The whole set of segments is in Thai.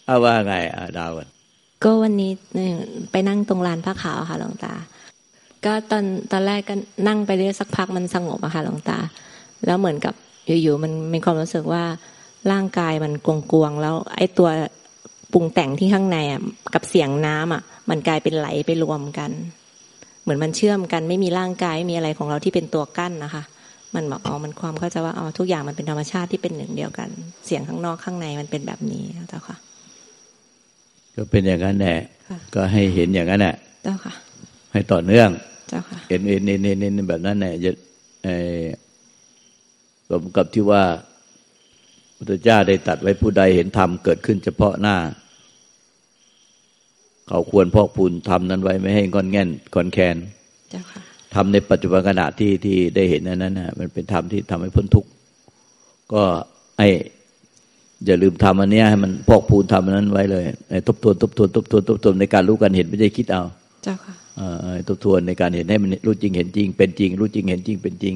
ว่าไงดาวกันก็วันนี้ไปนั่งตรงลานผ้าขาวค่ะหลวงตาก็ตอนแรกก็นั่งไปเรื่อยสักพักมันสงบอะค่ะหลวงตาแล้วเหมือนกับอยู่ๆมันมีความรู้สึกว่าร่างกายมันกวงๆแล้วไอ้ตัวปรุงแต่งที่ข้างในอะกับเสียงน้ำอะมันกลายเป็นไหลไปรวมกันเหมือนมันเชื่อมกันไม่มีร่างกายไม่มีอะไรของเราที่เป็นตัวกั้นนะคะมันแบบมันความเข้าใจว่าทุกอย่างมันเป็นธรรมชาติที่เป็นหนึ่งเดียวกันเสียงข้างนอกข้างในมันเป็นแบบนี้เจ้าค่ะก็เป็นอย่างนั้นแหละก็ให้เห็นอย่างนั้นแหละเจ้าค่ะให้ต่อเนื่องเจ้าค่ะเห็นแบบนั้นแหละจะสมกับที่ว่าพุทธเจ้าได้ตรัสไว้ผู้ใดเห็นธรรมเกิดขึ้นเฉพาะหน้าเขาควรพอกพูนธรรมนั้นไว้ไม่ให้งอนแง่นกอนแคนเจ้าค่ะธรรมในปัจจุบันขณะที่ได้เห็นนั้นน่ะมันเป็นธรรมที่ทำให้พ้นทุกข์ก็ให้อย่าลืมทำอันนี้ให้มันพอกพูนทำอันนั้นไว้เลยทบทวนในการรู้กันเห็นไม่ใช่คิดเอาเจ้าค่ะทบทวนในการเห็นให้มันรู้จริงเห็นจริงเป็นจริงรู้จริงเห็นจริงเป็นจริง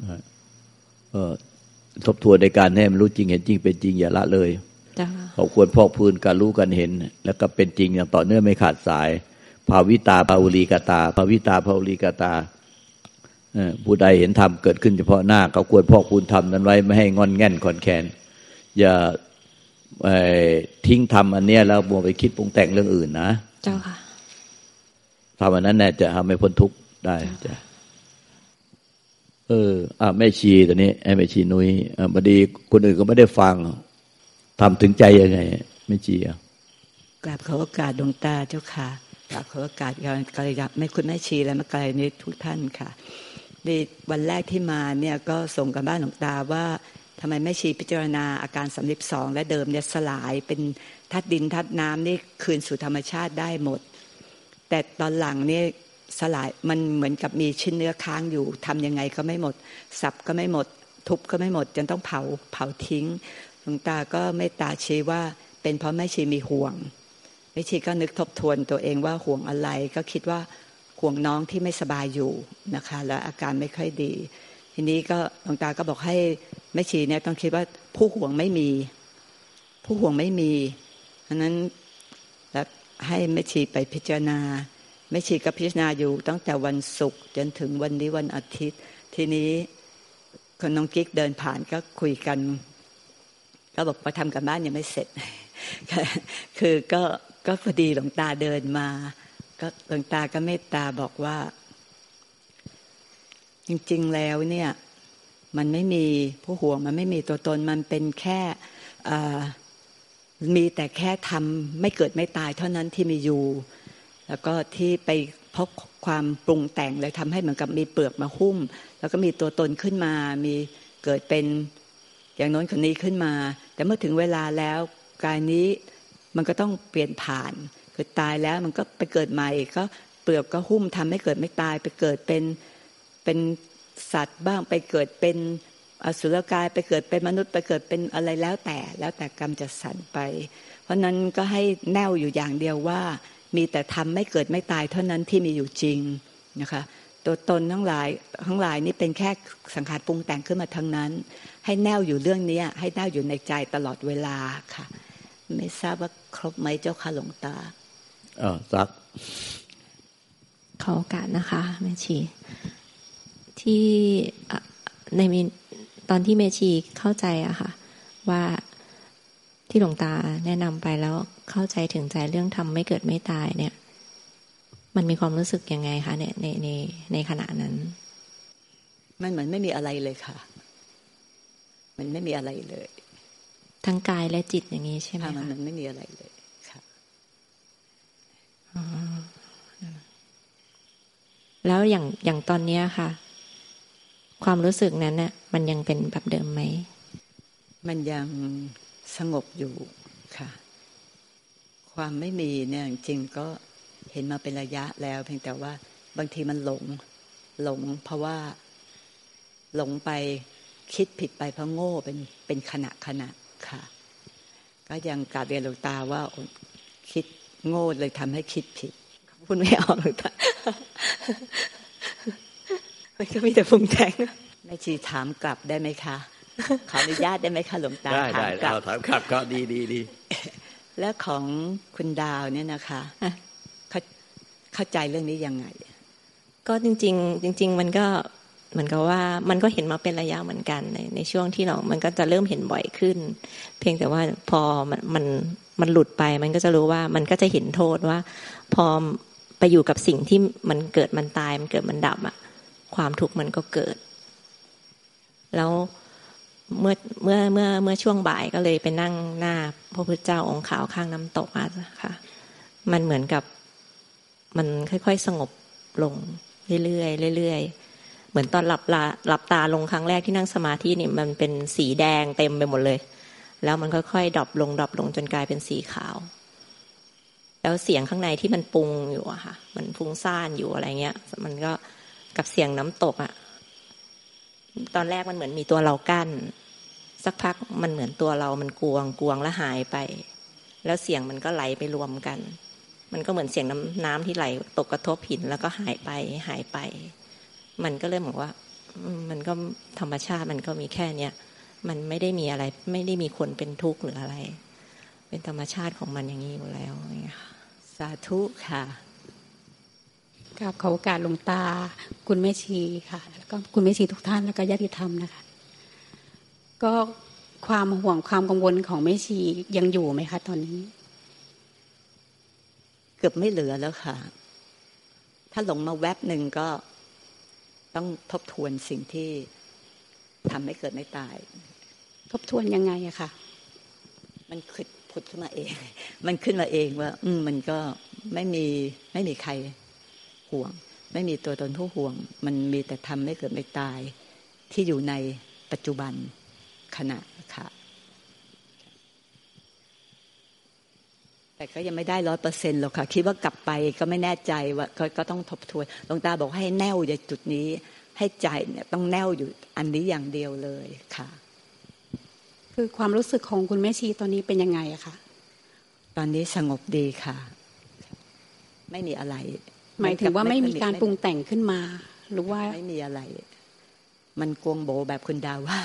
ทบทวนในการให้มันรู้จริงเห็นจริงเป็นจริงอย่าละเลยเขาควรพอกพูนการรู้กันเห็นแล้วก็เป็นจริงอย่างต่อเนื่องไม่ขาดสายภาวิตาภาวุลีกตาภาวิตาภาวุลีกตาผู้ใดเห็นธรรมเกิดขึ้นเฉพาะหน้าเขาควรพอกพูนธรรมนั้นไว้ไม่ให้งอนแง่นขอนแคนอย่าทิ้งธรรมอันนี้แล้วมัวไปคิดปรุงแต่งเรื่องอื่นนะเจ้าค่ะธรรมอันนั้นแน่จะทำให้พ้นทุกข์ได้จ้ะแม่ชีตอนนี้แม่ชีนุ้ยพอดีคนอื่นก็ไม่ได้ฟังทำถึงใจยังไงแม่ชีกราบขอโอกาสดวงตาเจ้าค่ะกราบขอโอกาสกัลยาณมิตรคุณแม่ชีและมกัลยาณมิตรทุกท่านค่ะในวันแรกที่มาเนี่ยก็ส่งกันบ้านหลวงตาว่าทำไมแม่ชีพิจารณาอาการ32และเดิมเนี่ยสลายเป็นธาตุดินธาตุน้ำนี่คืนสู่ธรรมชาติได้หมดแต่ตอนหลังเนี่ยสลายมันเหมือนกับมีชิ้นเนื้อค้างอยู่ทำยังไงก็ไม่หมดสับก็ไม่หมดทุบก็ไม่หมดจนต้องเผาทิ้งหลวงตาก็เมตตาชี้ว่าเป็นเพราะแม่ชีมีห่วงแม่ชีก็นึกทบทวนตัวเองว่าห่วงอะไรก็คิดว่าห่วงน้องที่ไม่สบายอยู่นะคะแล้วอาการไม่ค่อยดีทีนี้ก็หลวงตาก็บอกให้แม่ชีเนี่ยต้องคิดว่าผู้ห่วงไม่มีเพราะนั้นแล้วให้แม่ชีไปพิจารณาแม่ชีก็พิจารณาอยู่ตั้งแต่วันศุกร์จนถึงวันนี้วันอาทิตย์ทีนี้คนน้องกิ๊กเดินผ่านก็คุยกันก็บอกว่าทำกันบ้านยังไม่เสร็จคือก็พอดีหลวงตาเดินมาก็หลวงตาก็เมตตาบอกว่าจริงๆแล้วเนี่ยมันไม่มีผู้ห่วงมันไม่มีตัวตนมันเป็นแค่มีแต่แค่ทำไม่เกิดไม่ตายเท่านั้นที่มีอยู่แล้วก็ที่ไปพบความปรุงแต่งเลยทำให้เหมือนกับมีเปลือกมาหุ้มแล้วก็มีตัวตนขึ้นมามีเกิดเป็นอย่างโน้นคนนี้ขึ้นมาแต่เมื่อถึงเวลาแล้วกายนี้มันก็ต้องเปลี่ยนผ่านคือตายแล้วมันก็ไปเกิดใหม่ก็เปลือกก็หุ้มทำให้เกิดไม่ตายไปเกิดเป็นสัตว์บ้างไปเกิดเป็นอสุรกายไปเกิดเป็นมนุษย์ไปเกิดเป็นอะไรแล้วแต่กรรมจะสั่นไปเพราะนั้นก็ให้แน่วอยู่อย่างเดียวว่ามีแต่ทำไม่เกิดไม่ตายเท่านั้นที่มีอยู่จริงนะคะตัวตนทั้งหลายนี่เป็นแค่สังขารปรุงแต่งขึ้นมาทั้งนั้นให้แน่วอยู่เรื่องนี้ให้แน่วอยู่ในใจตลอดเวลาค่ะไม่ทราบว่าครบไหมเจ้าค่ะหลวงตาซักขอโอกาสนะคะแม่ชีที่ในตอนที่แม่ชีเข้าใจอะค่ะว่าที่หลวงตาแนะนำไปแล้วเข้าใจถึงใจเรื่องทำไม่เกิดไม่ตายเนี่ยมันมีความรู้สึกยังไงคะเนี่ยในขณะนั้นมันเหมือนไม่มีอะไรเลยค่ะมันไม่มีอะไรเลยทั้งกายและจิตอย่างนี้ใช่ไหมคะมันไม่มีอะไรเลยค่ะแล้วอย่างตอนนี้ค่ะความรู้สึกนั้นเนี่ยมันยังเป็นแบบเดิมไหมมันยังสงบอยู่ค่ะความไม่มีเนี่ยจริงก็เห็นมาเป็นระยะแล้วเพียงแต่ว่าบางทีมันหลงเพราะว่าหลงไปคิดผิดไปเพราะโง่เป็นขณะค่ะก็ยังกราบเรียนหลวงตาว่าคิดโง่เลยทำให้คิดผิดพูดไม่ออกหลวงตามันก็มีแต่ปรุงแต่งแม่ชีถามกลับได้ไหมคะขออนุญาตได้ไหมคะหลวงตาได้ถามกลับก็ดีและของคุณดาวเนี่ยนะคะเข้าใจเรื่องนี้ยังไงก็จริงๆมันก็เหมือนกับว่ามันก็เห็นมาเป็นระยะเหมือนกันในช่วงที่มันก็จะเริ่มเห็นบ่อยขึ้นเพียงแต่ว่าพอมันหลุดไปมันก็จะรู้ว่ามันก็จะเห็นโทษว่าพอไปอยู่กับสิ่งที่มันเกิดมันตายมันเกิดมันดับอ่ะความทุกข์มันก็เกิดแล้วเมื่อช่วงบ่ายก็เลยไปนั่งหน้าพระพุทธเจ้าองค์ขาวข้างน้ำตกค่ะมันเหมือนกับมันค่อยๆสงบลงเรื่อยๆเหมือนตอนหลับตาลงครั้งแรกที่นั่งสมาธินี่มันเป็นสีแดงเต็มไปหมดเลยแล้วมันค่อยๆดรอปลงจนกลายเป็นสีขาวแล้วเสียงข้างในที่มันปรุงอยู่อะค่ะมันฟุ้งซ่านอยู่อะไรเงี้ยมันก็กับเสียงน้ำตกอะตอนแรกมันเหมือนมีตัวเรากั้นสักพักมันเหมือนตัวเรามันกวงแล้วหายไปแล้วเสียงมันก็ไหลไปรวมกันมันก็เหมือนเสียงน้ำที่ไหลตกกระทบหินแล้วก็หายไปมันก็เลยบอกว่ามันก็ธรรมชาติมันก็มีแค่เนี้ยมันไม่ได้มีอะไรไม่ได้มีคนเป็นทุกข์หรืออะไรเป็นธรรมชาติของมันอย่างนี้อยู่แล้วอย่างเงี้ยค่ะสาธุค่ะกับขอโอกาสหลวงตาคุณแม่ชีค่ะแล้วก็คุณแม่ชีทุกท่านแล้วก็ญาติธรรมนะคะก็ความห่วงความกังวลของแม่ชียังอยู่ไหมคะตอนนี้เกือบไม่เหลือแล้วค่ะถ้าหลงมาแวบหนึ่งก็ต้องทบทวนสิ่งที่ทำให้เกิดไม่ตายทบทวนยังไงอะค่ะมันผุดขึ้นมาเองมันขึ้นมาเองว่ามันก็ไม่มีใครห่วงไม่มีตัวตนผู้ห่วงมันมีแต่ทำให้เกิดไม่ตายที่อยู่ในปัจจุบันขณะค่ะแต่ก็ยังไม่ได้ 100% หรอกค่ะคิดว่ากลับไปก็ไม่แน่ใจว่าก็ต้องทบทวนหลวงตาบอกให้แน่วอยู่จุดนี้ให้ใจเนี่ยต้องแน่วอยู่อันนี้อย่างเดียวเลยค่ะคือความรู้สึกของคุณแม่ชีตอนนี้เป็นยังไงอะคะตอนนี้สงบดีค่ะไม่มีอะไรหมายถึงว่าไม่มีการปรุงแต่งขึ้นมาหรือว่าไม่มีอะไรมันกวงโบแบบคุณดาว่า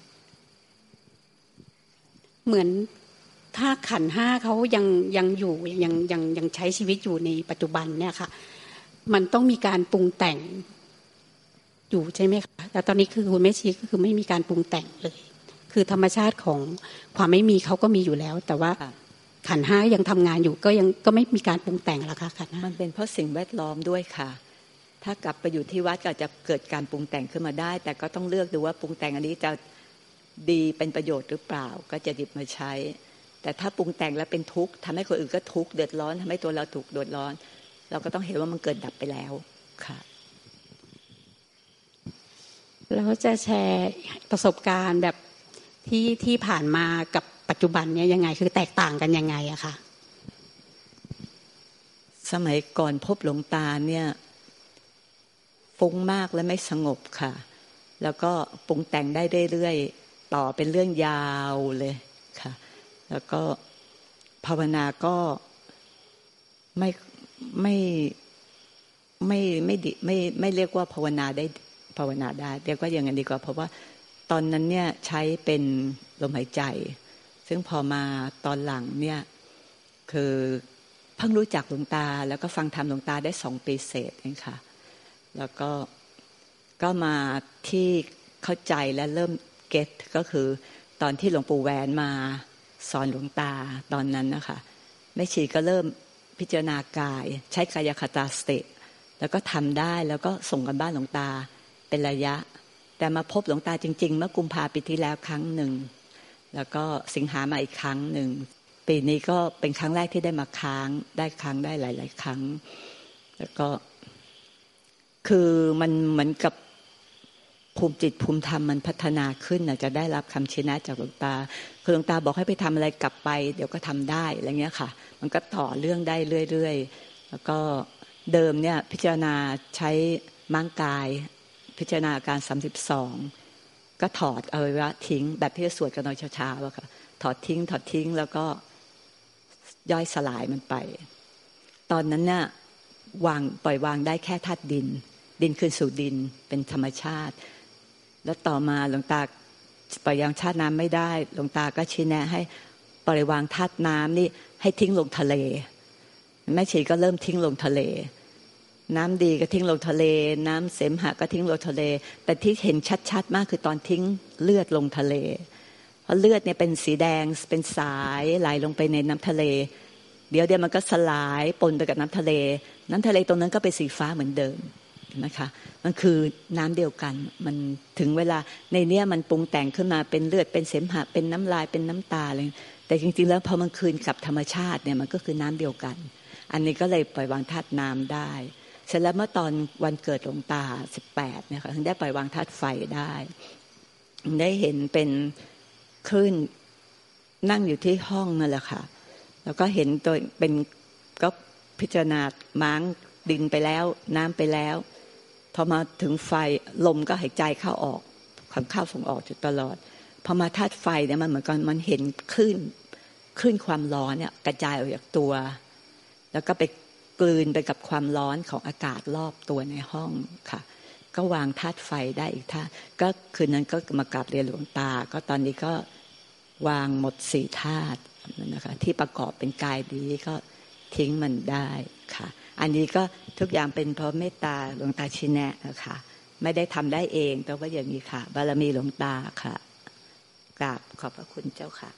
เหมือนถ้าขันธ์ห้าเขายังอยู่ยังใช้ชีวิตอยู่ในปัจจุบันเนี่ยค่ะมันต้องมีการปรุงแต่งอยู่ใช่ไหมคะแต่ตอนนี้คือคุณแม่ชีก็คือไม่มีการปรุงแต่งเลยคือธรรมชาติของความไม่มีเขาก็มีอยู่แล้วแต่ว่าขันธ์ห้ายังทำงานอยู่ก็ไม่มีการปรุงแต่งแล้วค่ะขันธ์ห้ามันเป็นเพราะสิ่งแวดล้อมด้วยค่ะถ้ากลับไปอยู่ที่วัดก็จะเกิดการปรุงแต่งขึ้นมาได้แต่ก็ต้องเลือกดูว่าปรุงแต่งอันนี้จะดีเป็นประโยชน์หรือเปล่าก็จะหยิบมาใช้แต่ถ้าปรุงแต่งแล้วเป็นทุกข์ทำให้คนอื่นก็ทุกข์เดือดร้อนทำให้ตัวเราถูกเดือดร้อนเราก็ต้องเห็นว่ามันเกิดดับไปแล้วค่ะแล้วจะแชร์ประสบการณ์แบบที่ผ่านมากับปัจจุบันเนี่ยยังไงคือแตกต่างกันยังไงอะคะสมัยก่อนพบหลวงตาเนี่ยฟุ้งมากและไม่สงบค่ะแล้วก็ปรุงแต่งได้เรื่อยๆต่อเป็นเรื่องยาวเลยค่ะแล้วก็ภาวนาก็ไม่เรียกว่าภาวนาได้เรียกว่าอย่างนั้นดีกว่าเพราะว่าตอนนั้นเนี่ยใช้เป็นลมหายใจซึ่งพอมาตอนหลังเนี่ยคือเพิ่งรู้จักหลวงตาแล้วก็ฟังธรรมหลวงตาได้2 ปีเศษเองค่ะแล้วก็มาที่เข้าใจและเริ่มเก็ทก็คือตอนที่หลวงปู่แหวนมาสอนหลวงตาตอนนั้นนะคะแม่ชีก็เริ่มพิจารณากายใช้กายคตาสติแล้วก็ทำได้แล้วก็ส่งกันบ้านหลวงตาเป็นระยะแต่มาพบหลวงตาจริงๆเมื่อกุมภาพันธ์ปีที่แล้วครั้งหนึ่งแล้วก็สิงหามาอีกครั้งหนึ่งปีนี้ก็เป็นครั้งแรกที่ได้มาค้างได้หลายๆครั้งแล้วก็คือมันเหมือนกับภูมิจิตภูมิธรรมมันพัฒนาขึ้นจะได้รับคำชี้แนะจากหลวงตาคือหลวงตาบอกให้ไปทำอะไรกลับไปเดี๋ยวก็ทำได้อะไรเงี้ยค่ะมันก็ต่อเรื่องได้เรื่อยๆแล้วก็เดิมเนี่ยพิจารณาใช้มั่งกายพิจารณาอาการ32ก็ถอดอวัยวะทิ้งแบบที่สวดกันตอนเช้าๆอะค่ะถอดทิ้งแล้วก็ย่อยสลายมันไปตอนนั้นเนี่ยปล่อยวางได้แค่ธาตุดินคืนสู่ดินเป็นธรรมชาติแล้วต่อมาหลวงตาปล่อยยังชาติน้ำไม่ได้หลวงตาก็ชี้แนะให้ปล่อยวางธาตุน้ำนี่ให้ทิ้งลงทะเลแม่ชีก็เริ่มทิ้งลงทะเลน้ำดีก็ทิ้งลงทะเลน้ำเสมหะก็ทิ้งลงทะเลแต่ที่เห็นชัดๆมากคือตอนทิ้งเลือดลงทะเลเพราะเลือดเนี่ยเป็นสีแดงเป็นสายไหลลงไปในน้ำทะเลเดี๋ยวมันก็สลายปนไปกับน้ำทะเลตรงนั้นก็เป็นสีฟ้าเหมือนเดิมนะคะมันคือน้ำเดียวกันมันถึงเวลาในเนี้ยมันปรุงแต่งขึ้นมาเป็นเลือดเป็นเสมหะเป็นน้ำลายเป็นน้ำตาอะไรแต่จริงๆแล้วพอมันคืนกับธรรมชาติเนี่ยมันก็คือน้ำเดียวกันอันนี้ก็เลยปล่อยวางธาตุน้ำได้เสร็จแล้วเมื่อตอนวันเกิดหลวงตา18เนี่ยค่ะถึงได้ปล่อยวางธาตุไฟได้เห็นเป็นคลื่นนั่งอยู่ที่ห้องนั่นแหละค่ะแล้วก็เห็นตัวเป็นก็พิจารณาม้างดินไปแล้วน้ำไปแล้วพอมาถึงไฟลมก็หายใจเข้าออกเข้าส่งออกอยู่ตลอดพอมาธาตุไฟเนี่ยมันเหมือนกันมันเห็นคลื่นความร้อนเนี่ยกระจายออกจากตัวแล้วก็ไปกลืนไปกับความร้อนของอากาศรอบตัวในห้องค่ะก็วางธาตุไฟได้อีกท่าก็คืนนั้นก็มากราบเรียนหลวงตาก็ตอนนี้ก็วางหมด4ธาตุนะคะที่ประกอบเป็นกายดีก็ทิ้งมันได้ค่ะอันนี้ก็ทุกอย่างเป็นเพราะเมตตาหลวงตาชิแนะนะคะไม่ได้ทำได้เองแต่ว่าอย่างนี้ค่ะบารมีหลวงตาค่ะกราบขอบพระคุณเจ้าค่ะ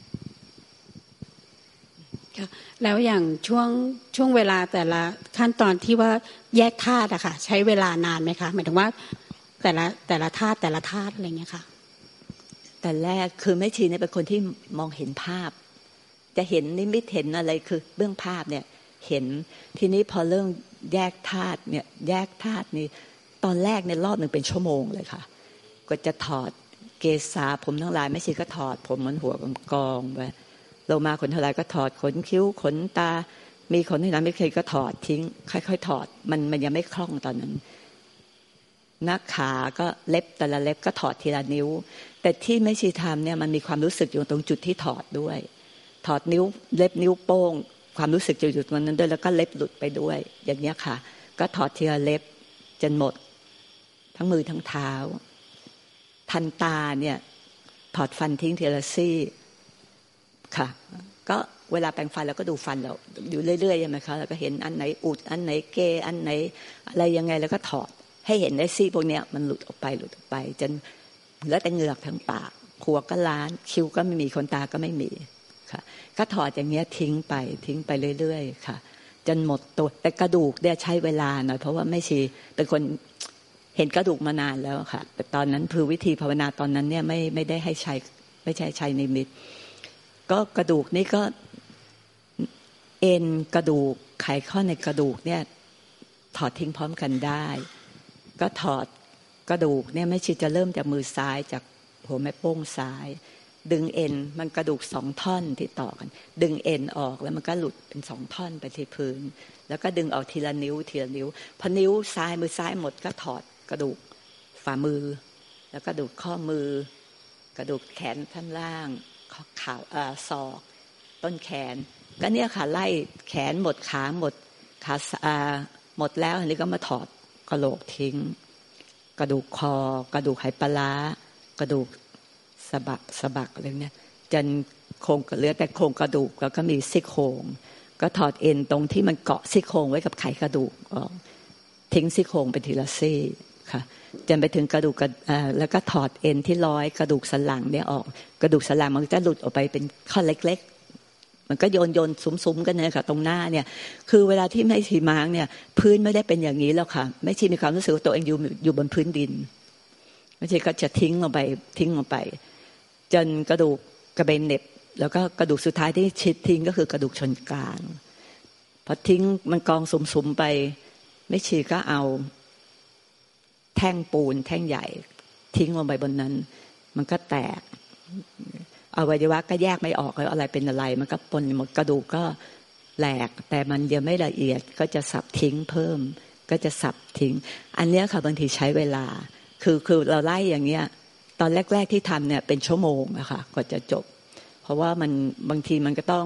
แล้วอย่างช่วงเวลาแต่ละขั้นตอนที่ว่าแยกธาตุอะค่ะใช้เวลานานไหมคะหมายถึงว่าแต่ละธาตุอะไรเงี้ยค่ะแต่แรกคือแม่ชีเนี่ยเป็นคนที่มองเห็นภาพจะเห็นนิมิตเห็นอะไรคือเบื้องภาพเนี่ยเห็นทีนี้พอเรื่องแยกธาตุเนี่ยแยกธาตุนี่ตอนแรกในรอบหนึ่งเป็นชั่วโมงเลยค่ะก็จะถอดเกศาผมทั้งหลายแม่ชีก็ถอดผมมันหัวกองไปโลมาขนทลายก็ถอดขนคิ้วขนตามีขนที่นั้นไม่เคยก็ถอดทิ้งค่อยๆถอดมันยังไม่คล่องตอนนั้นนักขาก็เล็บแต่ละเล็บก็ถอดทีละนิ้วแต่ที่แม่ชีทำเนี่ยมันมีความรู้สึกอยู่ตรงจุดที่ถอดด้วยถอดนิ้วเล็บนิ้วโป้งความรู้สึกจะอยู่ตรงนั้นด้วยแล้วก็เล็บหลุดไปด้วยอย่างเงี้ยค่ะก็ถอดทีละเล็บจนหมดทั้งมือทั้งเท้าทันตาเนี่ยถอดฟันทิ้งทีละซี่ค่ะก็เวลาแปรงฟันเราก็ดูฟันเราอยู่เรื่อยๆใช่ไหมคะแล้วก็เห็นอันไหนอุดอันไหนเกอันไหนอะไรยังไงแล้วก็ถอดให้เห็นได้ซี่พวกเนี้ยมันหลุดออกไปจนเหลือแต่เหงือกทั้งปากหัวก็ล้านคิ้วก็ไม่มีขนตาก็ไม่มีค่ะก็ถอดอย่างเงี้ยทิ้งไปเรื่อยๆค่ะจนหมดตัวแต่กระดูกเนี่ยใช้เวลาหน่อยเพราะว่าไม่ชีเป็นคนเห็นกระดูกมานานแล้วค่ะแต่ตอนนั้นคือวิธีภาวนาตอนนั้นเนี่ยไม่ได้ให้ใช้ไม่ใช่ใช้นิมิตก็กระดูกนี่ก็เอ็นกระดูกไขข้อในกระดูกเนี่ยถอดทิ้งพร้อมกันได้ก็ถอดกระดูกเนี่ยไม่ชีจะเริ่มจากมือซ้ายจากหัวแม่โป้งซ้ายดึงเอ็นมันกระดูก2ท่อนที่ต่อกันดึงเอ็นออกแล้วมันก็หลุดเป็น2ท่อนไปที่พื้นแล้วก็ดึงออกทีละนิ้วพอนิ้วซ้ายมือซ้ายหมดก็ถอดกระดูกฝ่ามือแล้วก็กระดูกข้อมือกระดูกแขนท่านล่างขาศอกต้นแขนก็เนี่ยค่ะไล่แขนหมดขาหมดหมดแล้วอันนี้ก็มาถอดกระโหลกทิ้งกระดูกคอกระดูกไหปลาร้ากระดูกสะบักอะไรเนี่ยจนโครงเหลือแต่โครงกระดูกแล้วก็มีซี่โครงก็ถอดเอ็นตรงที่มันเกาะซี่โครงไว้กับไขกระดูกออกทิ้งซี่โครงไปทีละซี่ค่ะจนไปถึงกระดูกแล้วก็ถอดเอ็นที่ร้อยกระดูกสันหลังเนี่ยออกกระดูกสันหลังมันจะหลุดออกไปเป็นข้อเล็กๆมันก็โยนซุ้มๆกันเนี่ยค่ะตรงหน้าเนี่ยคือเวลาที่แม่ชีม้างเนี่ยพื้นไม่ได้เป็นอย่างนี้แล้วค่ะแม่ชีมีความรู้สึกว่าตัวเองอยู่บนพื้นดินแม่ชีก็จะทิ้งลงไปจนกระดูกกระเบนเน็บแล้วก็กระดูกสุดท้ายที่ชิดทิ้งก็คือกระดูกชนกลางพอทิ้งมันกองสุ่มๆไปแม่ชีก็เอาแท่งปูนแท่งใหญ่ทิ้งลงไปบนนั้นมันก็แตกอวัยวะก็แยกไม่ออกแล้วอะไรเป็นอะไรมันก็ปนหมดกระดูกก็แหลกแต่มันยังไม่ละเอียดก็จะสับทิ้งเพิ่มก็จะสับทิ้งอันนี้ค่ะบางทีใช้เวลาคือเราไล่อย่างเงี้ยตอนแรกๆที่ทำเนี่ยเป็นชั่วโมงอะค่ะกว่าจะจบเพราะว่ามันบางทีมันก็ต้อง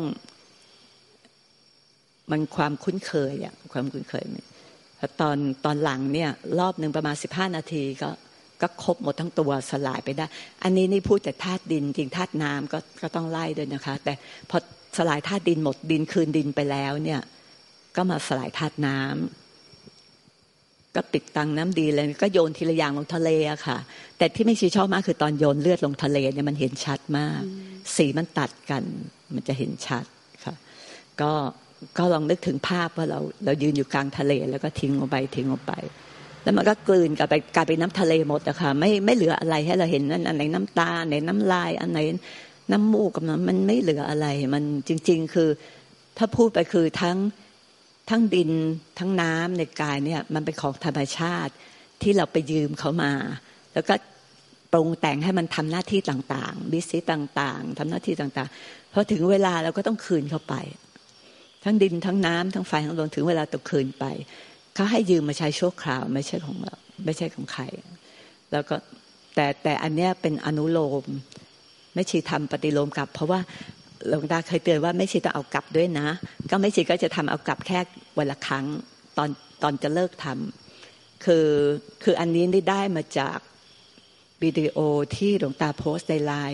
มันความคุ้นเคยอะความคุ้นเคยตอนหลังเนี่ยรอบหนึ่งประมาณ15นาทีก็ก็ครบหมดทั้งตัวสลายไปได้อันนี้นี่พูดแต่ธาตุดินจริงธาตุน้ำก็ต้องไล่ด้วยนะคะแต่พอสลายธาตุดินหมดดินคืนดินไปแล้วเนี่ยก็มาสลายธาตุน้ำก็ปิดตังน้ำดีเลยก็โยนทีละอย่างลงทะเลอะค่ะแต่ที่ไม่ชอบมากคือตอนโยนเลือดลงทะเลเนี่ยมันเห็นชัดมากสีมันตัดกันมันจะเห็นชัดค่ะก็ลองนึกถึงภาพว่าเรายืนอยู่กลางทะเลแล้วก็ทิ้งออกไปแล้วมันก็กลืนกลายเป็นน้ำทะเลหมดอะค่ะไม่เหลืออะไรให้เราเห็นนั่นอันไหนน้ำตาไหนน้ำลายอันไหนน้ำมูกกับน้ำมันไม่เหลืออะไรมันจริงๆคือถ้าพูดไปคือทั้งดินทั้งน้ำในกายเนี่ยมันเป็นของธรรมชาติที่เราไปยืมเขามาแล้วก็ปรุงแต่งให้มันทำหน้าที่ต่างๆบิสต่างๆทำหน้าที่ต่างๆพอถึงเวลาเราก็ต้องคืนเข้าไปทั้งดินทั้งน้ำทั้งไฟทั้งลมถึงเวลาต้องคืนไปเขาให้ยืมมาใช้ชั่วคราวไม่ใช่ของเราไม่ใช่ของใครแล้วก็แต่อันเนี้ยเป็นอนุโลมไม่ชีทำปฏิโลมกลับเพราะว่าหลวงตาเคยเตือนว่าไม่ชีต้องเอากลับด้วยนะก็ไม่ชีก็จะทำเอากลับแค่วันละครั้งตอนจะเลิกทำคืออันนี้ได้มาจากวิดีโอที่หลวงตาโพสต์ในไลน์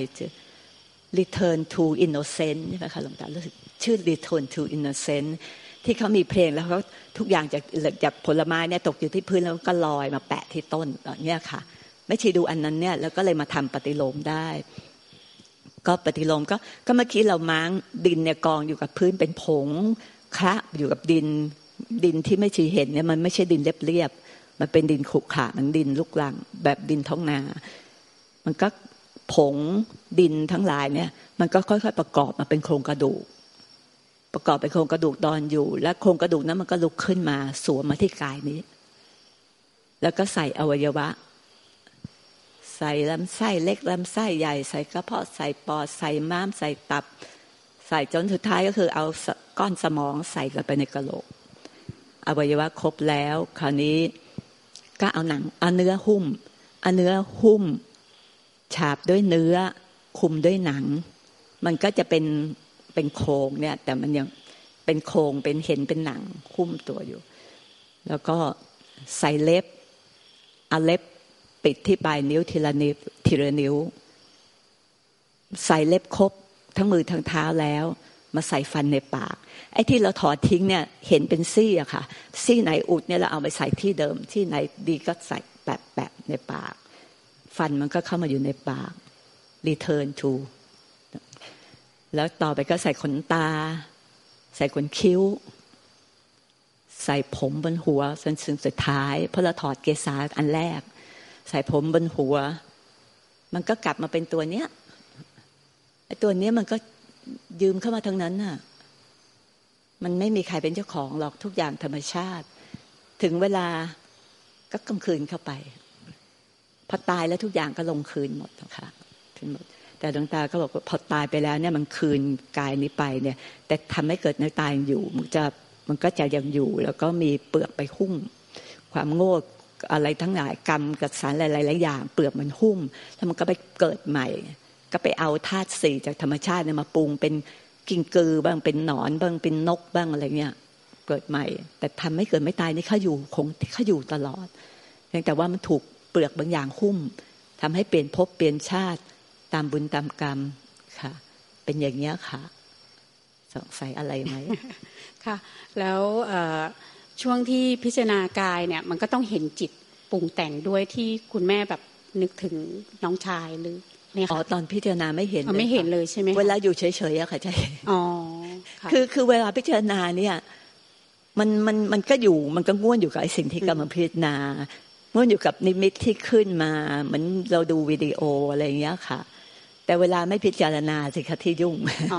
Return to Innocence ใช่ไหมคะหลวงตารู้สึกชื่อ Return to Innocence ที่เขามีเพลงแล้วเขาทุกอย่างจากผลไม้เนี่ยตกอยู่ที่พื้นแล้วก็ลอยมาแปะที่ต้นเนี่ยค่ะไม่ชีดูอันนั้นเนี่ยแล้วก็เลยมาทำปฏิโลมได้ก็ปฏิโลมก็เมื่อกี้เราม้างดินเนี่ยกองอยู่กับพื้นเป็นผงคละอยู่กับดินที่ไม่ชีเห็นเนี่ยมันไม่ใช่ดินเรียบๆมันเป็นดินขรุขระมันดินลูกรังแบบดินท้องนามันก็ผงดินทั้งหลายเนี่ยมันก็ค่อยๆประกอบมาเป็นโครงกระดูกประกอบเป็นโครงกระดูกตอนอยู่และโครงกระดูกนั้นมันก็ลุกขึ้นมาสวมมาที่กายนี้แล้วก็ใส่อวัยวะใส่ลำไส้เล็กลำไส้ใหญ่ใส่กระเพาะใส่ปอดใส่ม้ามใส่ตับใส่จนสุดท้ายก็คือเอาก้อนสมองใส่กันไปในกะโหลกอวัยวะครบแล้วคราวนี้ก็เอาเนื้อหุ้มฉาบด้วยเนื้อคุมด้วยหนังมันก็จะเป็นโครงเนี่ยแต่มันยังเป็นโครงเป็นเห็นเป็นหนังหุ้มตัวอยู่แล้วก็ใส่เล็บเอาเล็บปิดที่ปลายนิ้วทีละนิ้วใส่เล็บครบทั้งมือทั้งเท้าแล้วมาใส่ฟันในปากไอ้ที่เราถอดทิ้งเนี่ยเห็นเป็นซี่อะค่ะซี่ไหนอุดเนี่ยเราเอาไปใส่ที่เดิมที่ไหนดีก็ใส่แปะในปากฟันมันก็เข้ามาอยู่ในปาก return to แล้วต่อไปก็ใส่ขนตาใส่ขนคิ้วใส่ผมบนหัวจนสุดท้ายเพราะเราถอดเกศาอันแรกใส่ผมบนหัวมันก็กลับมาเป็นตัวเนี้ยไอ้ตัวเนี้ยมันก็ยืมเข้ามาทั้งนั้นน่ะมันไม่มีใครเป็นเจ้าของหรอกทุกอย่างธรรมชาติถึงเวลาก็กำคืนเข้าไปพอตายแล้วทุกอย่างก็ลงคืนหมดนะคะคืนหมดแต่ดวงตาก็บอกว่าพอตายไปแล้วเนี่ยมันคืนกายนี้ไปเนี่ยแต่ทำให้เกิดในตายอยู่มันก็จะยังอยู่แล้วก็มีเปลือกไปหุ้มความโง่อะไรทั้งหลายกรรมกับสารหลายๆอย่างเปลือกมันหุ้มแล้วมันก็ไปเกิดใหม่ก็ไปเอาธาตุสี่จากธรรมชาติเนี่ยมาปรุงเป็นกิ้งกือบ้างเป็นหนอนบ้างเป็นนกบ้างอะไรเงี้ยเกิดใหม่แต่ทำให้เกิดไม่ตายนี่เขาอยู่ตลอดเพียงแต่ว่ามันถูกเปลือกบางอย่างหุ้มทำให้เปลี่ยนภพเปลี่ยนชาติตามบุญตามกรรมค่ะเป็นอย่างเงี้ยค่ะสงสัยอะไรไหมค่ะแล้วช่วงที่พิจารณากายเนี่ยมันก็ต้องเห็นจิตปรุงแต่งด้วยที่คุณแม่แบบนึกถึงน้องชายหรือเนี่ยค่ะตอนพิจารณาไม่เห็นเลยใช่ไหมเวลาอยู่เฉยๆอะค่ะใช่อ๋อคือเวลาพิจารณาเนี่ยมันก็อยู่มันก็ง่วนอยู่กับไอ้สิ่งที่กำลังพิจารณาง่วนอยู่กับนิมิตที่ขึ้นมาเหมือนเราดูวิดีโออะไรอย่างเงี้ยค่ะแต่เวลาไม่พิจารณาสิคะที่ยุ่ง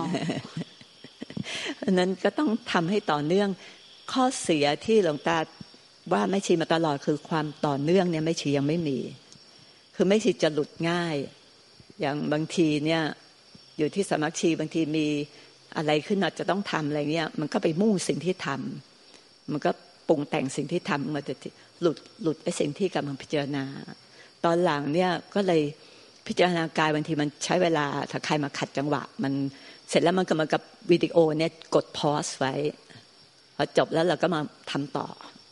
อันนั้นก็ต้องทำให้ต่อเนื่องข้อเสียที่หลวงตาว่าไม่ชีมาตลอดคือความต่อเนื่องเนี่ยไม่ชียังไม่มีคือไม่ชีจะหลุดง่ายอย่างบางทีเนี่ยอยู่ที่สมัครชีบางทีมีอะไรขึ้นมาจะต้องทำอะไรเงี้ยมันก็ไปมุ่งสิ่งที่ทำมันก็ปรุงแต่งสิ่งที่ทำมันจะหลุดไปสิ่งที่กำลังพิจารณาตอนหลังเนี่ยก็เลยพิจารณากายบางทีมันใช้เวลาถ้าใครมาขัดจังหวะมันเสร็จแล้วมันก็เหมือนกับวิดีโอเนี่ยกดพอสไว้พอจบแล้วเราก็มาทำต่อ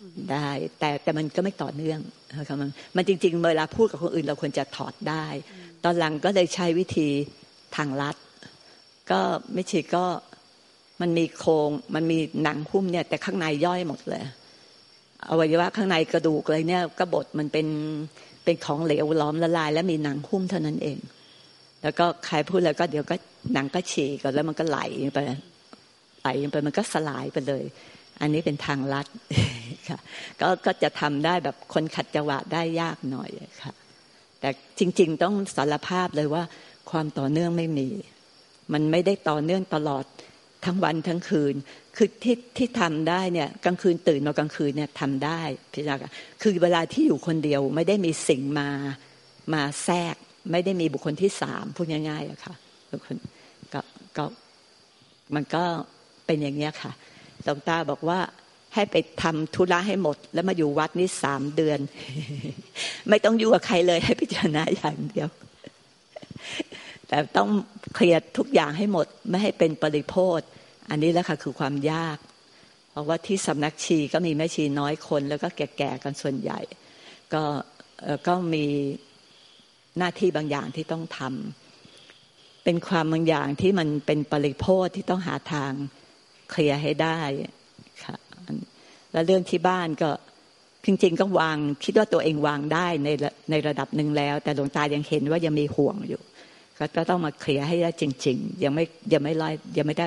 ได้แต่มันก็ไม่ต่อเนื่องค่ะมันจริงๆเวลาพูดกับคนอื่นเราควรจะถอดได้ตอนหลังก็เลยใช้วิธีทางลัดก็ไม่ฉีดก็มันมีโครงมันมีหนังหุ้มเนี่ยแต่ข้างในย่อยหมดเลยอวัยวะข้างในกระดูกอะไรเนี่ยก็บดมันเป็นของเหลวล้อมละลายแล้วมีหนังหุ้มเท่านั้นเองแล้วก็ใครพูดแล้วก็เดี๋ยวก็หนังก็ฉีกแล้วมันก็ไหลไปมันก็สลายไปเลยอันนี้เป็นทางลัดค่ะก็จะทำได้แบบคนขัดจังหวะได้ยากหน่อยค่ะแต่จริงๆต้องสารภาพเลยว่าความต่อเนื่องไม่มีมันไม่ได้ต่อเนื่องตลอดทั้งวันทั้งคืนคือที่ทำได้เนี่ยกลางคืนตื่นมากลางคืนเนี่ยทำได้พี่จักคือเวลาที่อยู่คนเดียวไม่ได้มีสิ่งมาแทรกไม่ได้มีบุคคลที่สามพูดง่ายๆอะค่ะบุคคลก็มันก็เป็นอย่างเงี้ยค่ะหลวงตาบอกว่าให้ไปทำธุระให้หมดแล้วมาอยู่วัดนี่3 เดือน ไม่ต้องอยู่กับใครเลยให้พิจารณาอย่างเดียวแต่ต้องเคลียร์ทุกอย่างให้หมดไม่ให้เป็นปริโภทอันนี้แหละค่ะคือความยากเพราะว่าที่สำนักชีก็มีแม่ชีน้อยคนแล้วก็แก่ๆกันส่วนใหญ่ก็มีหน้าที่บางอย่างที่ต้องทำเป็นความบางอย่างที่มันเป็นปริโภทที่ต้องหาทางเคลียร์ให้ได้ค่ะแล้วเรื่องที่บ้านก็จริงๆก็วางคิดว่าตัวเองวางได้ในระดับหนึ่งแล้วแต่หลวงตายังเห็นว่ายังมีห่วงอยู่ก็ต้องมาเคลียร์ให้ได้จริงๆยังไม่ได้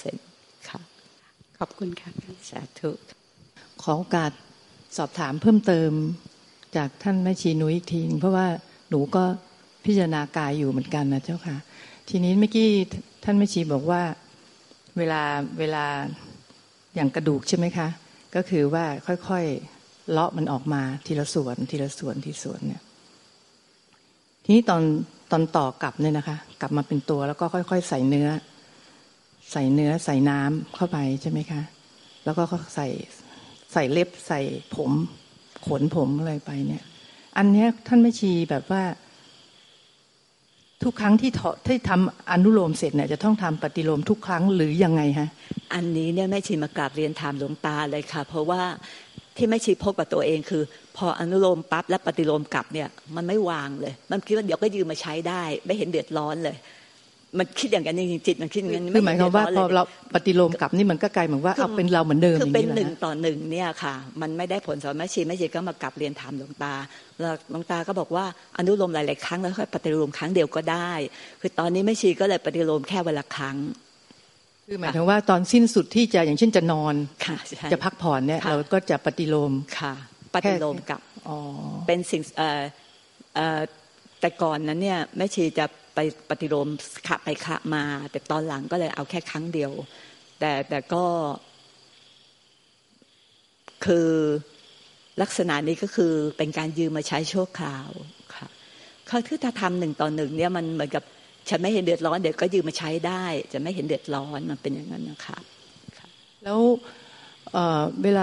100% ค่ะขอบคุณค่ะสาธุขอโอกาสสอบถามเพิ่มเติมจากท่านแม่ชีนุ้ยอีกทีเพราะว่าหนูก็พิจารณากายอยู่เหมือนกันนะเจ้าค่ะทีนี้เมื่อกี้ท่านแม่ชีบอกว่าเวลาอย่างกระดูกใช่ไหมคะก็คือว่าค่อยๆเลาะมันออกมาทีละส่วนเนี่ยทีนี้ตอนต่อกลับเนี่ยนะคะกลับมาเป็นตัวแล้วก็ค่อยๆใส่เนื้อใส่น้ำเข้าไปใช่ไหมคะแล้วก็ใส่เล็บใส่ผมขนผมอะไรไปเนี่ยอันนี้ท่านแม่ชีแบบว่าทุกครั้งที่ทำอนุโลมเสร็จเนี่ยจะต้องทำปฏิโลมทุกครั้งหรือยังไงฮะอันนี้เนี่ยแม่ชีมากราบเรียนถามหลวงตาเลยค่ะเพราะว่าที่แม่ชีพบกับตัวเองคือพออนุโลมปั๊บแล้วปฏิโลมกลับเนี่ยมันไม่วางเลยมันคิดว่าเดี๋ยวก็ยืมมาใช้ได้ไม่เห็นเดือดร้อนเลยมันคิดอย่างนั้นจริงๆจิตมันคิดอย่างนั้นคือหมายความว่าพอเราปฏิโลมกลับนี่มันก็กลายเหมือนว่าเอาเป็นเราเหมือนเดิมคือเป็น1 ต่อ 1เนี่ยค่ะมันไม่ได้ผลสอนแม่ชีก็มากราบเรียนถามหลวงตาแล้วหลวงตาก็บอกว่าอนุโลมหลายๆครั้งแล้วค่อยปฏิโลมครั้งเดียวก็ได้คือตอนนี้แม่ชีก็เลยปฏิโลมแค่วันละครั้งคือหมายถึงว่าตอนสิ้นสุดที่จะอย่างเช่นจะนอนจะพักผ่อนเนี่ยเราก็จะปฏิโลมค่ะปฏิโลมกับเป็นสิ่งแต่ก่อนนั้นเนี่ยแม่ชีจะไปปฏิโลมขะไปขะมาแต่ตอนหลังก็เลยเอาแค่ครั้งเดียวแต่ก็คือลักษณะนี้ก็คือเป็นการยืมมาใช้ชั่วคราวค่ะคือถ้าทำ1 ต่อ 1เนี่ยมันเหมือนกับฉันไม่เห็นเดือดร้อนเดี๋ยวก็ยืมมาใช้ได้จะไม่เห็นเดือดร้อนมันเป็นอย่างนั้นนะคะแล้วเวลา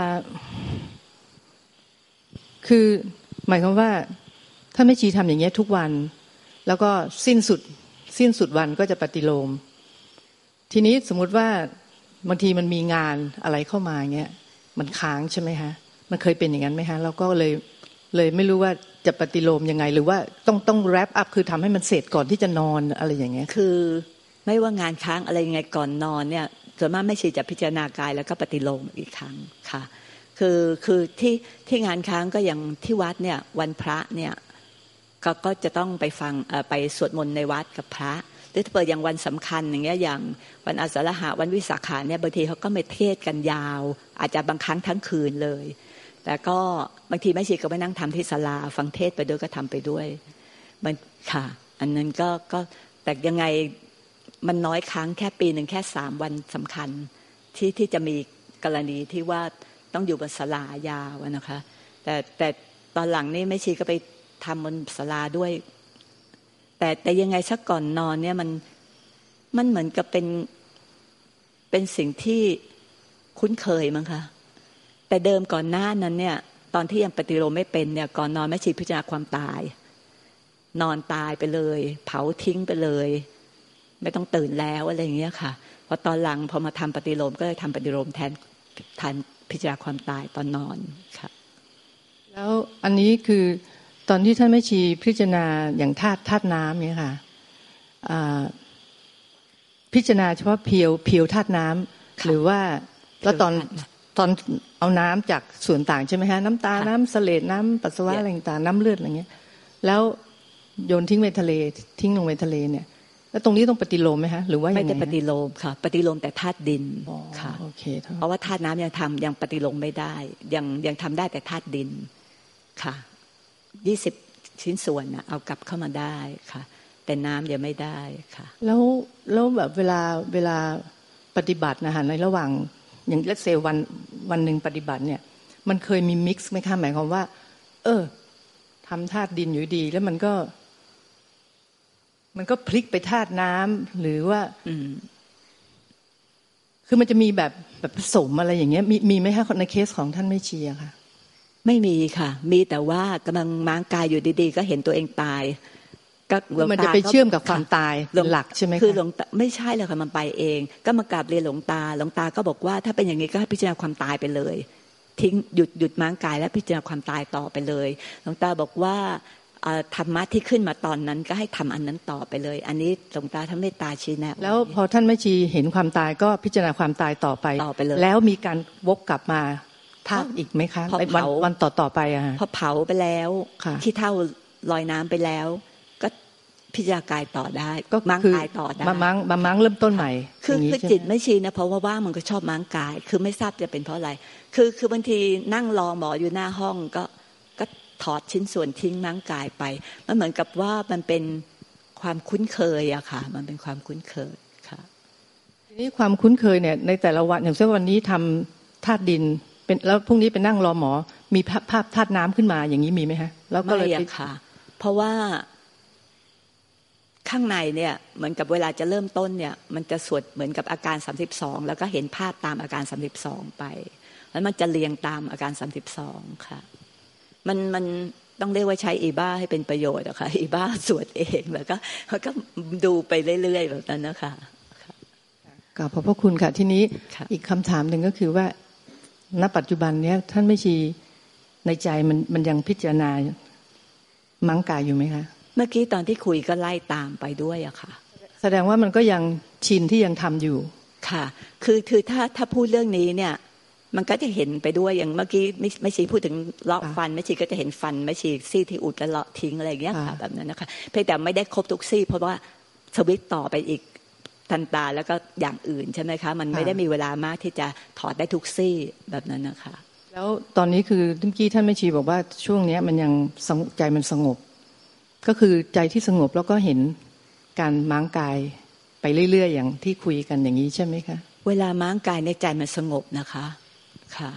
คือหมายความว่าถ้าแม่ชีทำอย่างเงี้ยทุกวันแล้วก็สิ้นสุดวันก็จะปฏิโลมทีนี้สมมุติว่าบางทีมันมีงานอะไรเข้ามาเงี้ยมันค้างใช่ไหมฮะมันเคยเป็นอย่างนั้นไหมฮะเราก็เลยไม่รู้ว่าจะปฏิโลมยังไงหรือว่าต้องแรปอัพคือทำให้มันเสร็จก่อนที่จะนอนอะไรอย่างเงี้ยคือไม่ว่างานค้างอะไรยังไงก่อนนอนเนี่ยส่วนมากไม่ใช่จะพิจารณากายแล้วก็ปฏิโลมอีกครั้งค่ะคือที่งานค้างก็อย่างที่วัดเนี่ยวันพระเนี่ยก็จะต้องไปฟังไปสวดมนต์ในวัดกับพระหรือถ้าเปิดอย่างวันสำคัญอย่างเงี้ยอย่างวันอาสาฬหะวันวิสาขะเนี่ยบางทีเขาก็ไม่เทศกันยาวอาจจะบางครั้งทั้งคืนเลยแต่ก็บางทีแม่ชีก็ไปนั่งทำที่ศาลาฟังเทศไปด้วยก็ทำไปด้วยมันค่ะอันนั้นก็แต่ยังไงมันน้อยครั้งแค่ปีหนึ่งแค่3 วันสำคัญที่จะมีกรณีที่ว่าต้องอยู่บนศาลายาวนะคะแต่ตอนหลังนี่แม่ชีก็ไปทำบนศาลาด้วยแต่ยังไงสักก่อนนอนเนี่ยมันเหมือนกับเป็นสิ่งที่คุ้นเคยมั้งคะแต่เดิมก่อนหน้านั้นเนี่ยตอนที่ยังปฏิโลมไม่เป็นเนี่ยก่อนนอนแม่ชีพิจารณาความตายนอนตายไปเลยเผาทิ้งไปเลยไม่ต้องตื่นแล้วอะไรอย่างเงี้ยค่ะพอตอนหลังพอมาทำปฏิโลมก็เลยทำปฏิโลมแทนทานพิจารณาความตายตอนนอนค่ะแล้วอันนี้คือตอนที่ท่านแม่ชีพิจารณาอย่างธาตุน้ำเนี่ยค่ะพิจารณาเฉพาะเพียวธาตุน้ำหรือว่าแล้วตอนเอาน้ำจากส่วนต่างใช่ไหมฮะน้ำตาน้ำเสลดน้ำปัสสาวะอะไรต่างน้ำเลือดอะไรเงี้ยแล้วโยนทิ้งไปทะเลทิ้งลงไปทะเลเนี่ยแล้วตรงนี้ต้องปฏิโลมไหมฮะหรือว่าไม่ได้ปฏิโลมค่ะปฏิโลมแต่ธาตุดินค่ะโอเคเพราะว่าธาตุน้ำยังปฏิโลมไม่ได้ยังทำได้แต่ธาตุดินค่ะ20 ชิ้นส่วนนะเอากลับเข้ามาได้ค่ะแต่น้ำยังไม่ได้ค่ะแล้วแบบเวลาปฏิบัตินะฮะในระหว่างอย่างเลทเซวันหนึ่งปฏิบัติเนี่ยมันเคยมีมิกซ์ไหมคะหมายความว่าทำธาตุดินอยู่ดีแล้วมันก็พลิกไปธาตุน้ำหรือว่าคือมันจะมีแบบผสมอะไรอย่างเงี้ยมีไหมคะในเคสของท่านไม่ชีอะค่ะไม่มีค่ะมีแต่ว่ากำลังม้างกายอยู่ดีๆก็เห็นตัวเองตายก็มันจะไปเชื่อมกับความตายเป็นหลักใช่ไหมคะคือหลวงตาไม่ใช่เลยค่ะมันไปเองก็มากราบเรียนหลวงตาก็บอกว่าถ้าเป็นอย่างนี้ก็ให้พิจารณาความตายไปเลยทิ้งหยุดม้างกายแล้วพิจารณาความตายต่อไปเลยหลวงตาบอกว่าธรรมะที่ขึ้นมาตอนนั้นก็ให้ทำอันนั้นต่อไปเลยอันนี้หลวงตาทั้งเมตตาชี้แนะแล้วพอท่านแม่ชีเห็นความตายก็พิจารณาความตายต่อไปเลยแล้วมีการวกกลับมาธาตุอีกไหมคะวันต่อไปอะพอเผาไปแล้วที่เท่าลอยน้ำไปแล้วก็พิจารณากายต่อได้ก็ม้างกายต่อได้มาม้างเริ่มต้นใหม่คือจิตไม่ชี้นะเพราะว่ามันก็ชอบม้างกายคือไม่ทราบจะเป็นเพราะอะไรคือบางทีนั่งรอหมออยู่หน้าห้องก็ถอดชิ้นส่วนทิ้งม้างกายไปมันเหมือนกับว่ามันเป็นความคุ้นเคยอะค่ะมันเป็นความคุ้นเคยค่ะทีนี้ความคุ้นเคยเนี่ยในแต่ละวันอย่างเช่นวันนี้ทำธาตุดินเป็นแล้วพรุ่งนี้ไปนั่งรอหมอมีภาพธาตุน้ำขึ้นมาอย่างนี้มีไหมฮะแล้วก็เลยค่ะเพราะว่าข้างในเนี่ยเหมือนกับเวลาจะเริ่มต้นเนี่ยมันจะสวดเหมือนกับอาการ32แล้วก็เห็นภาพตามอาการ32ไปแล้วมันจะเรียงตามอาการ32ค่ะมันต้องเรียกว่าใช้อีบ้าให้เป็นประโยชน์อะค่ะอีบ้าสวดเองแล้วก็ดูไปเรื่อยๆแบบนั้นนะคะขอบพระคุณค่ะทีนี้อีกคำถามหนึ่งก็คือว่าณปัจจุบันเนี้ยท่านไม่ชีในใจมันยังพิจารณามังกายอยู่ไหมคะเมื่อกี้ตอนที่คุยก็ไล่ตามไปด้วยอะค่ะแสดงว่ามันก็ยังชินที่ยังทำอยู่ค่ะคือถ้าพูดเรื่องนี้เนี่ยมันก็จะเห็นไปด้วยอย่างเมื่อกี้ไม่ชีพูดถึงเลาะฟันไม่ชีก็จะเห็นฟันไม่ชีซี่ที่อุดแล้วเลาะทิ้งอะไรอย่างเงี้ยค่ะแบบนั้นนะคะเพียงแต่ไม่ได้ครบทุกซี่เพราะว่าสวิตต่อไปอีกทันตาแล้วก็อย่างอื่นใช่ไหมคะมันไม่ได้มีเวลามากที่จะถอดได้ทุกซี่แบบนั้นนะคะแล้วตอนนี้คือเมื่อกี้ท่านไม่ชีบอกว่าช่วงนี้มันยังใจมันสงบก็คือใจที่สงบแล้วก็เห็นการม้างกายไปเรื่อยๆอย่างที่คุยกันอย่างนี้ใช่ไหมคะเวลาม้างกายในใจมันสงบนะคะค่ะ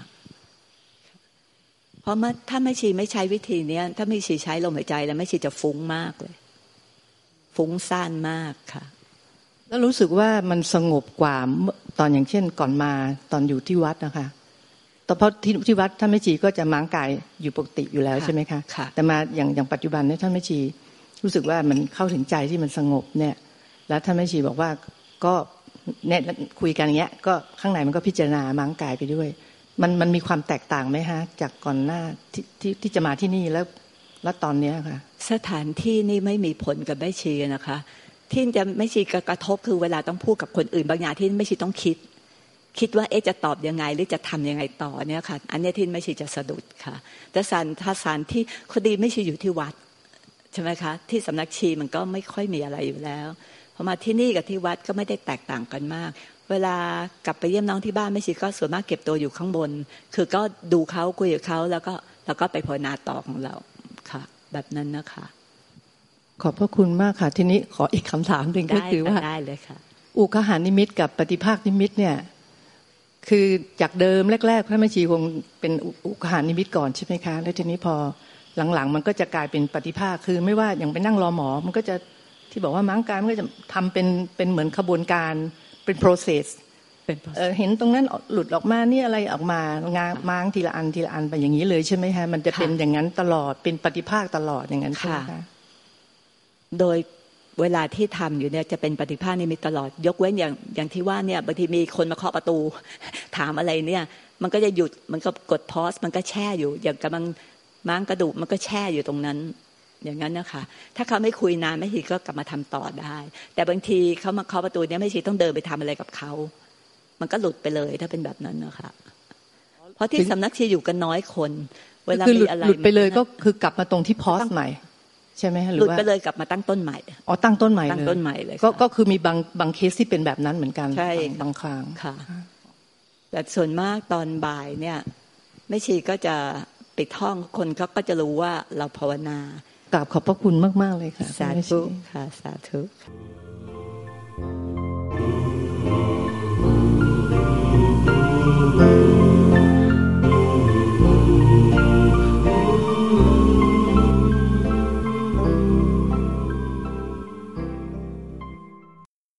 เพราะถ้าไม่ชีไม่ใช้วิธีนี้ถ้าไม่ชีใช้ลมหายใจแล้วไม่ชีจะฟุ้งมากเลยฟุ้งซ่านมากค่ะแล้วรู้สึกว่ามันสงบกว่าตอนอย่างเช่นก่อนมาตอนอยู่ที่วัดนะคะแต่เพราะที่วัดท่านแม่ชีก็จะม้างกายอยู่ปกติอยู่แล้วใช่ไหมคะแต่มาอย่างปัจจุบันเนี่ยท่านแม่ชีรู้สึกว่ามันเข้าถึงใจที่มันสงบเนี่ยแล้วท่านแม่ชีบอกว่าก็เนี่ยคุยกันอย่างเงี้ยก็ข้างในมันก็พิจารณาม้างกายไปด้วยมันมีความแตกต่างไหมฮะจากก่อนหน้าที่จะมาที่นี่แล้วตอนนี้ค่ะสถานที่นี่ไม่มีผลกับแม่ชีนะคะที่จะไม่ชีกระทบคือเวลาต้องพูดกับคนอื่นบางอย่างที่ไม่ชีต้องคิดว่าจะตอบยังไงหรือจะทำยังไงต่อเนี่ยค่ะอันนี้ที่ไม่ชีจะสะดุดค่ะแต่สถานที่คดีไม่ชีอยู่ที่วัดใช่ไหมคะที่สำนักชีมันก็ไม่ค่อยมีอะไรอยู่แล้วพอมาที่นี่กับที่วัดก็ไม่ได้แตกต่างกันมากเวลากลับไปเยี่ยมน้องที่บ้านไม่ชีก็ส่วนมากเก็บตัวอยู่ข้างบนคือก็ดูเขาคุยกับเขาแล้วก็ไปภาวนาต่อของเราค่ะแบบนั้นนะคะขอบพระคุณมากค่ะทีนี้ขออีกคำถามหนึ่งก็คือว่าได้เลยค่ะอุคหานิมิตกับปฏิภาคนิมิตเนี่ยคือจากเดิมแรกๆพระแม่ชีคงเป็นอุคหานิมิตก่อนใช่ไหมคะแล้วทีนี้พอหลังๆมันก็จะกลายเป็นปฏิภาคคือไม่ว่าอย่างไปนั่งรอหมอมันก็จะที่บอกว่าม้างกายมันก็จะทำเป็นเหมือนขบวนการเป็น process เห็นตรงนั้นหลุดออกมานี่อะไรออกมาม้างทีละอันไปอย่างนี้เลยใช่ไหมคะมันจะเป็นอย่างนั้นตลอดเป็นปฏิภาคตลอดอย่างนั้นใช่ไหมคะโดยเวลาที่ทำอยู่เนี่ยจะเป็นปฏิภาณนิมิตตลอดยกเว้นอย่างที่ว่าเนี่ยบางทีมีคนมาเคาะประตูถามอะไรเนี่ยมันก็จะหยุดมันก็กดพอสมันก็แช่อยู่อย่างกำลังม้างกระดูกมันก็แช่อยู่ตรงนั้นอย่างนั้นนะคะถ้าเขาไม่คุยนานแม่ชีก็กลับมาทำต่อได้แต่บางทีเขามาเคาะประตูเนี่ยแม่ชีต้องเดินไปทำอะไรกับเขามันก็หลุดไปเลยถ้าเป็นแบบนั้นนะคะเพราะที่สำนักชีอยู่กันน้อยคนเวลามีอะไรหลุดไปเลยก็คือกลับมาตรงที่พอสใหม่ใช่ไหมหรือว่าหลุดไปเลยกลับมาตั้งต้นใหม่อ๋อตั้งต้นใหม่เลยตั้งต้นใหม่เลยก็คือมีบางเคสที่เป็นแบบนั้นเหมือนกันบางครั้งค่ะแต่ส่วนมากตอนบ่ายเนี่ยแม่ชีก็จะปิดห้องคนเขาก็จะรู้ว่าเราภาวนากราบขอบพระคุณมากๆเลยค่ะสาธุค่ะสาธุ